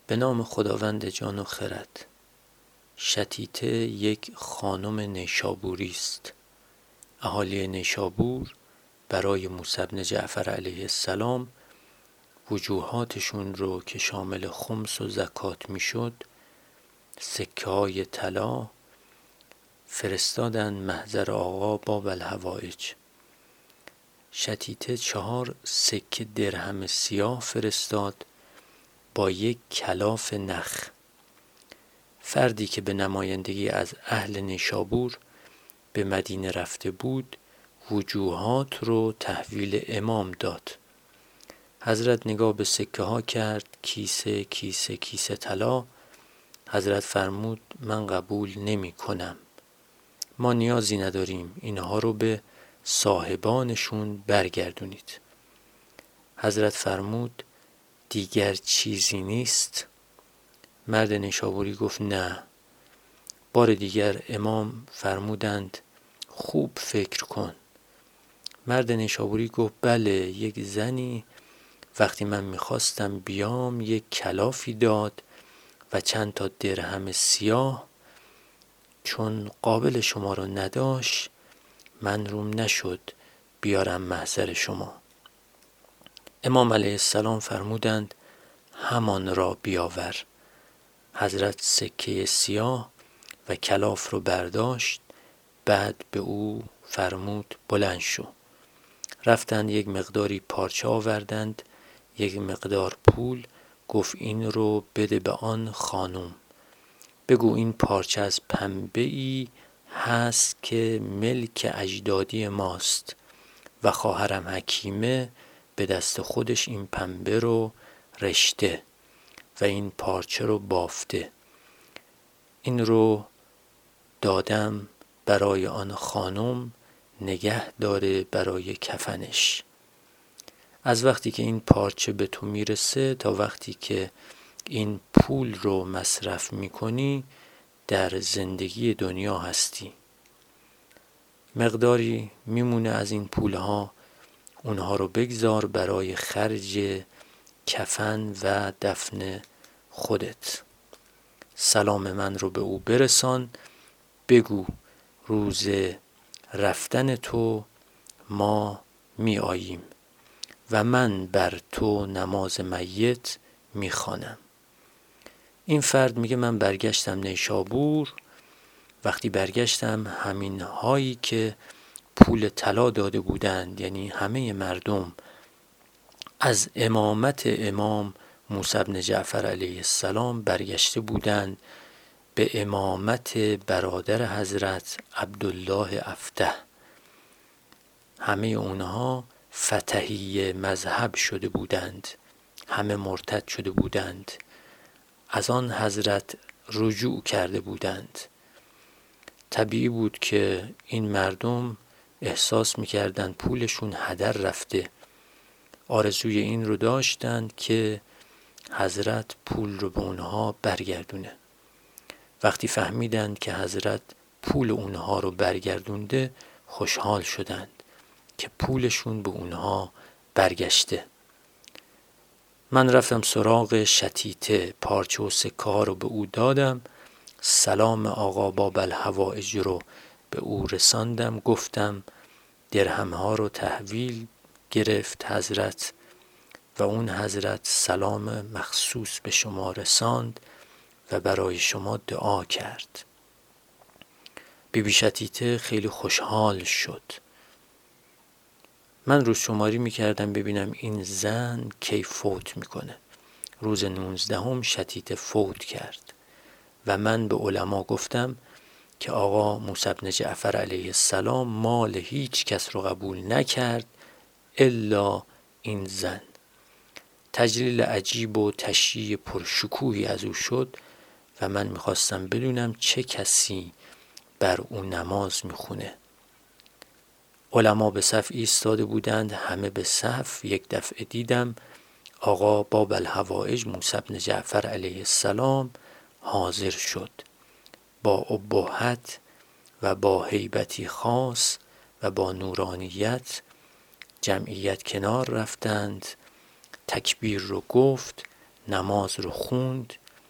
به نام خداوند جان و خرد. شتیته یک خانم نیشابوری است. اهالی نیشابور برای موسی بن جعفر علیه السلام وجوهاتشون رو که شامل خمس و زکات میشد، سکه های طلا فرستادن محضر آقا باب الحوائج. شتیته 4 سکه درهم سیاه فرستاد با یک کلاف نخ. فردی که به نمایندگی از اهل نیشابور به مدینه رفته بود وجوهات رو تحویل امام داد. حضرت نگاه به سکه ها کرد، کیسه کیسه کیسه طلا. حضرت فرمود من قبول نمی کنم، ما نیازی نداریم، اینها رو به صاحبانشون برگردونید. حضرت فرمود دیگر چیزی نیست؟ مرد نیشابوری گفت نه. بار دیگر امام فرمودند خوب فکر کن. مرد نیشابوری گفت بله، یک زنی وقتی من میخواستم بیام یک کلافی داد و چند تا درهم سیاه، چون قابل شما رو نداشت من روم نشد بیارم محضر شما. امام علیه السلام فرمودند همان را بیاور. حضرت سکه سیاه و کلاف رو برداشت، بعد به او فرمود بلند شو. رفتند یک مقداری پارچه آوردند، یک مقدار پول. گفت این رو بده به آن خانم، بگو این پارچه از پنبه‌ای هست که ملک اجدادی ماست و خواهرم حکیمه به دست خودش این پنبه رو رشته و این پارچه رو بافته. این رو دادم برای آن خانم نگه داره برای کفنش. از وقتی که این پارچه به تو میرسه تا وقتی که این پول رو مصرف میکنی در زندگی دنیا هستی. مقداری میمونه از این پولها، اونها رو بگذار برای خرج کفن و دفن خودت. سلام من رو به او برسان، بگو روز رفتن تو ما می آییم و من بر تو نماز میت می خوانم. این فرد میگه من برگشتم نیشابور. وقتی برگشتم همین هایی که پول طلا داده بودند، یعنی همه مردم از امامت امام موسی بن جعفر علیه السلام برگشته بودند به امامت برادر حضرت عبدالله افته. همه اونها فتحی مذهب شده بودند، همه مرتد شده بودند، از آن حضرت رجوع کرده بودند. طبیعی بود که این مردم احساس میکردند پولشون هدر رفته. آرزوی این رو داشتند که حضرت پول رو به اونها برگردونه. وقتی فهمیدند که حضرت پول اونها رو برگردونده خوشحال شدند که پولشون به اونها برگشته. من رفتم سراغ شتیته، پارچه و سکه ها رو به او دادم، سلام آقا باب الحوائج رو به او رساندم، گفتم درهم ها رو تحویل گرفت حضرت و اون حضرت سلام مخصوص به شما رساند و برای شما دعا کرد. بیبی شتیته خیلی خوشحال شد. من روز شماری میکردم ببینم این زن کی فوت میکنه. روز 19 شتیته فوت کرد و من به علما گفتم که آقا موسی بن جعفر علیه السلام مال هیچ کس رو قبول نکرد الا این زن. تجلیل عجیب و تشییع پرشکوهی از او شد و من میخواستم بدونم چه کسی بر او نماز میخونه. علما به صف ایستاده بودند، همه به صف. یک دفعه دیدم آقا باب الحوائج موسی بن جعفر علیه السلام حاضر شد. با ابهت و با هیبتی خاص و با نورانیت جمعیت کنار رفتند، تکبیر رو گفت، نماز رو خوند.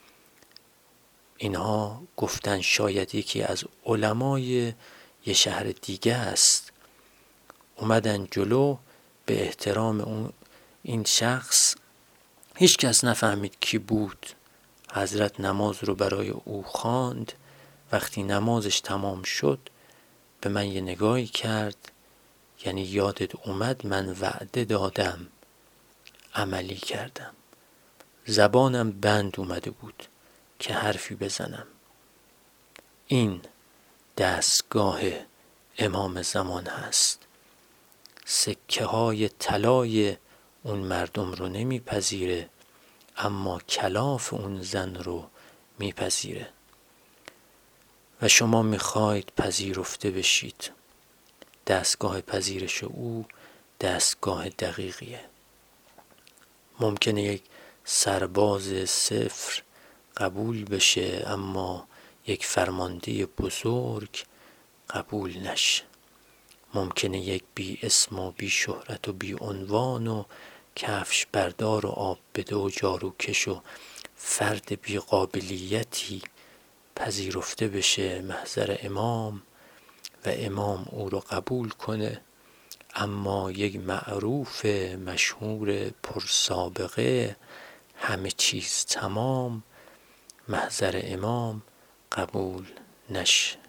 اینها گفتن شاید یکی از علمای یه شهر دیگه است. اومدن جلو به احترام این شخص. هیچ کس نفهمید کی بود. حضرت نماز رو برای او خواند. وقتی نمازش تمام شد به من یه نگاهی کرد، یعنی یادت اومد من وعده دادم، عملی کردم. زبانم بند اومده بود که حرفی بزنم. این دستگاه امام زمان هست. سکه های طلای اون مردم رو نمیپذیره، اما کلاف اون زن رو میپذیره و شما میخواید پذیرفته بشید. دستگاه پذیرش او دستگاه دقیقیه. ممکنه یک سرباز صفر قبول بشه، اما یک فرمانده بزرگ قبول نشه. ممکنه یک بی اسم و بی شهرت و بی عنوان و کفش بردار و آب بده و جاروکش و فرد بی قابلیتی پذیرفته بشه محضر امام و امام او رو قبول کنه، اما یک معروف مشهور پرسابقه همه چیز تمام محضر امام قبول نشه.